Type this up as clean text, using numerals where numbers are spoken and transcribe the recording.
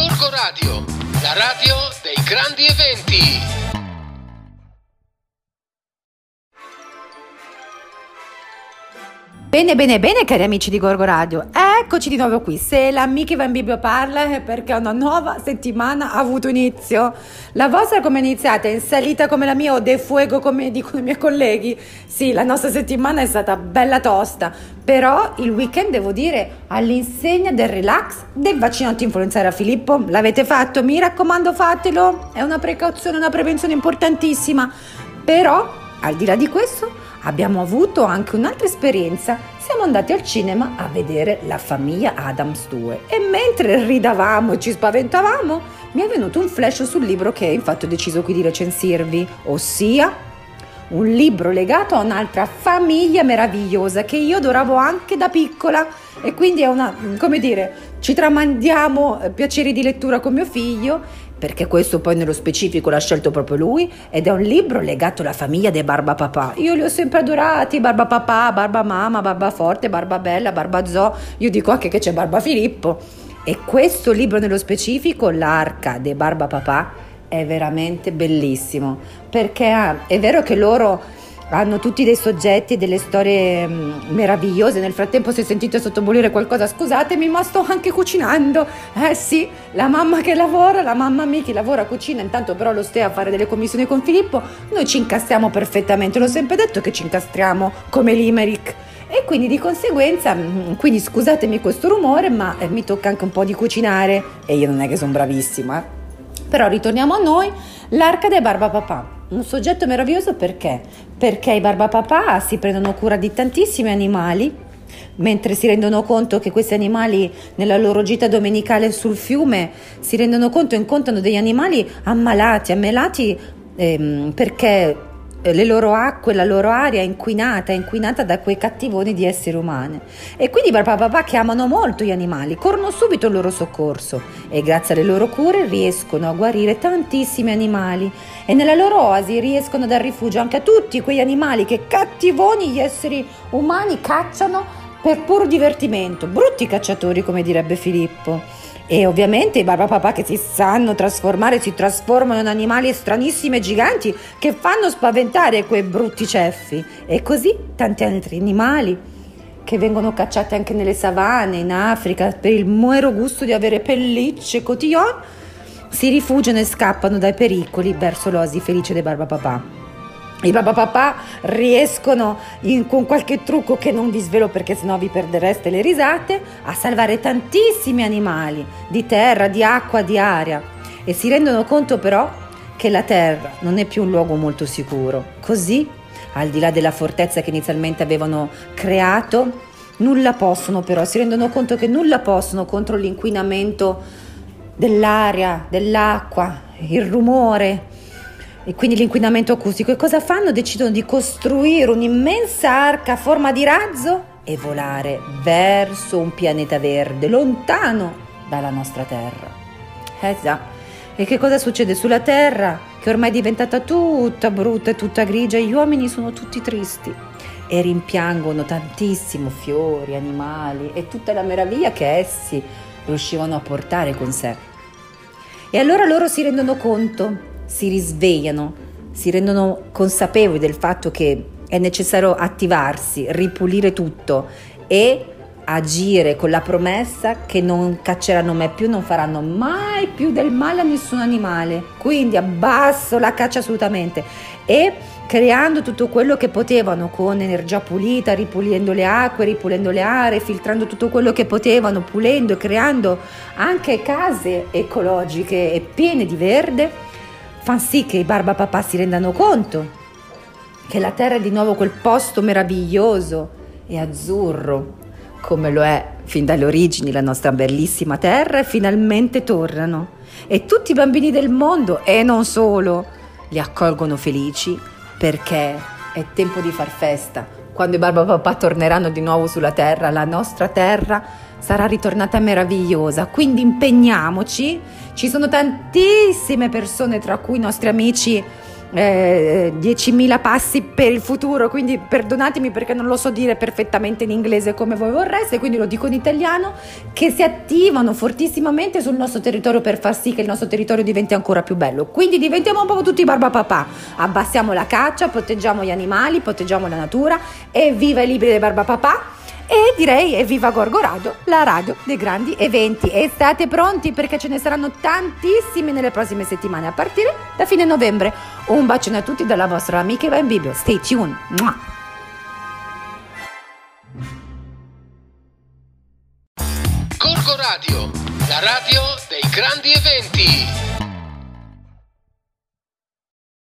Gorgo Radio, la radio dei grandi eventi. Bene cari amici di Gorgo Radio, eccoci di nuovo qui. Se l'amica va in Bibbia parla è perché una nuova settimana ha avuto inizio. La vostra come è iniziata? È in salita come la mia o de fuego come dicono i miei colleghi? Sì, la nostra settimana è stata bella tosta, però il weekend devo dire all'insegna del relax, del vaccino anti-influenzale a Filippo. L'avete fatto? Mi raccomando fatelo, è una precauzione, una prevenzione importantissima. Però al di là di questo abbiamo avuto anche un'altra esperienza. Siamo andati al cinema a vedere La famiglia Addams 2 e mentre ridavamo e ci spaventavamo mi è venuto un flash sul libro che infatti ho deciso qui di recensirvi, ossia un libro legato a un'altra famiglia meravigliosa che io adoravo anche da piccola, e quindi è una, come dire, ci tramandiamo piaceri di lettura con mio figlio, perché questo poi nello specifico l'ha scelto proprio lui, ed è un libro legato alla famiglia dei Barbapapà. Io li ho sempre adorati, Barbapapà, Barbamama, Barbaforte, Barbabella, Barbazò, io dico anche che c'è Barba Filippo, e questo libro nello specifico, L'arca dei Barbapapà, è veramente bellissimo, perché è vero che loro hanno tutti dei soggetti, delle storie meravigliose. Nel frattempo, se sentite sottobolire qualcosa, scusatemi, ma sto anche cucinando. Sì, la mamma che lavora, la mamma mia che lavora, cucina, intanto però lo stia a fare delle commissioni con Filippo. Noi ci incastriamo perfettamente, l'ho sempre detto che ci incastriamo come Limerick. E quindi di conseguenza, quindi scusatemi questo rumore, ma mi tocca anche un po' di cucinare e io non è che sono bravissima. Però ritorniamo a noi, l'arca dei Barbapapà. Un soggetto meraviglioso perché? Perché i Barbapapà si prendono cura di tantissimi animali, mentre si rendono conto che questi animali nella loro gita domenicale sul fiume si rendono conto e incontrano degli animali ammalati perché le loro acque, la loro aria è inquinata da quei cattivoni di esseri umani. E quindi i Barbapapà, che amano molto gli animali, corrono subito al loro soccorso e grazie alle loro cure riescono a guarire tantissimi animali, e nella loro oasi riescono a dar rifugio anche a tutti quegli animali che cattivoni gli esseri umani cacciano per puro divertimento, brutti cacciatori come direbbe Filippo. E ovviamente i Barbapapà che si sanno trasformare si trasformano in animali stranissimi e giganti che fanno spaventare quei brutti ceffi, e così tanti altri animali che vengono cacciati anche nelle savane in Africa per il mero gusto di avere pellicce, cotillon, si rifugiano e scappano dai pericoli verso l'oasi felice dei Barbapapà. I Barbapapà riescono con qualche trucco che non vi svelo perché sennò vi perdereste le risate, a salvare tantissimi animali di terra, di acqua, di aria, e si rendono conto però che la terra non è più un luogo molto sicuro. Così, al di là della fortezza che inizialmente avevano creato, nulla possono, però si rendono conto che nulla possono contro l'inquinamento dell'aria, dell'acqua, il rumore e quindi l'inquinamento acustico. E cosa fanno? Decidono di costruire un'immensa arca a forma di razzo e volare verso un pianeta verde, lontano dalla nostra Terra. Già. E che cosa succede sulla Terra? Che ormai è diventata tutta brutta e tutta grigia, gli uomini sono tutti tristi e rimpiangono tantissimo fiori, animali e tutta la meraviglia che essi riuscivano a portare con sé. E allora loro si rendono conto, si risvegliano, si rendono consapevoli del fatto che è necessario attivarsi, ripulire tutto e agire con la promessa che non cacceranno mai più, non faranno mai più del male a nessun animale. Quindi abbasso la caccia assolutamente, e creando tutto quello che potevano con energia pulita, ripulendo le acque, ripulendo le aree, filtrando tutto quello che potevano, pulendo e creando anche case ecologiche e piene di verde, fa sì che i Barbapapà si rendano conto che la terra è di nuovo quel posto meraviglioso e azzurro come lo è fin dalle origini la nostra bellissima terra, e finalmente tornano e tutti i bambini del mondo e non solo li accolgono felici, perché è tempo di far festa. Quando i Barbapapà torneranno di nuovo sulla terra, la nostra terra sarà ritornata meravigliosa. Quindi impegniamoci, ci sono tantissime persone, tra cui i nostri amici 10.000 passi per il futuro, quindi perdonatemi perché non lo so dire perfettamente in inglese come voi vorreste, quindi lo dico in italiano, che si attivano fortissimamente sul nostro territorio per far sì che il nostro territorio diventi ancora più bello. Quindi diventiamo un po' tutti barbapapà, abbassiamo la caccia, proteggiamo gli animali, proteggiamo la natura, e viva i libri dei barbapapà. E direi evviva Gorgo Radio, la radio dei grandi eventi, e state pronti perché ce ne saranno tantissimi nelle prossime settimane a partire da fine novembre. Un bacione a tutti dalla vostra amica Eva in Bibbio, stay tuned. Mua. Gorgo Radio, la radio dei grandi eventi.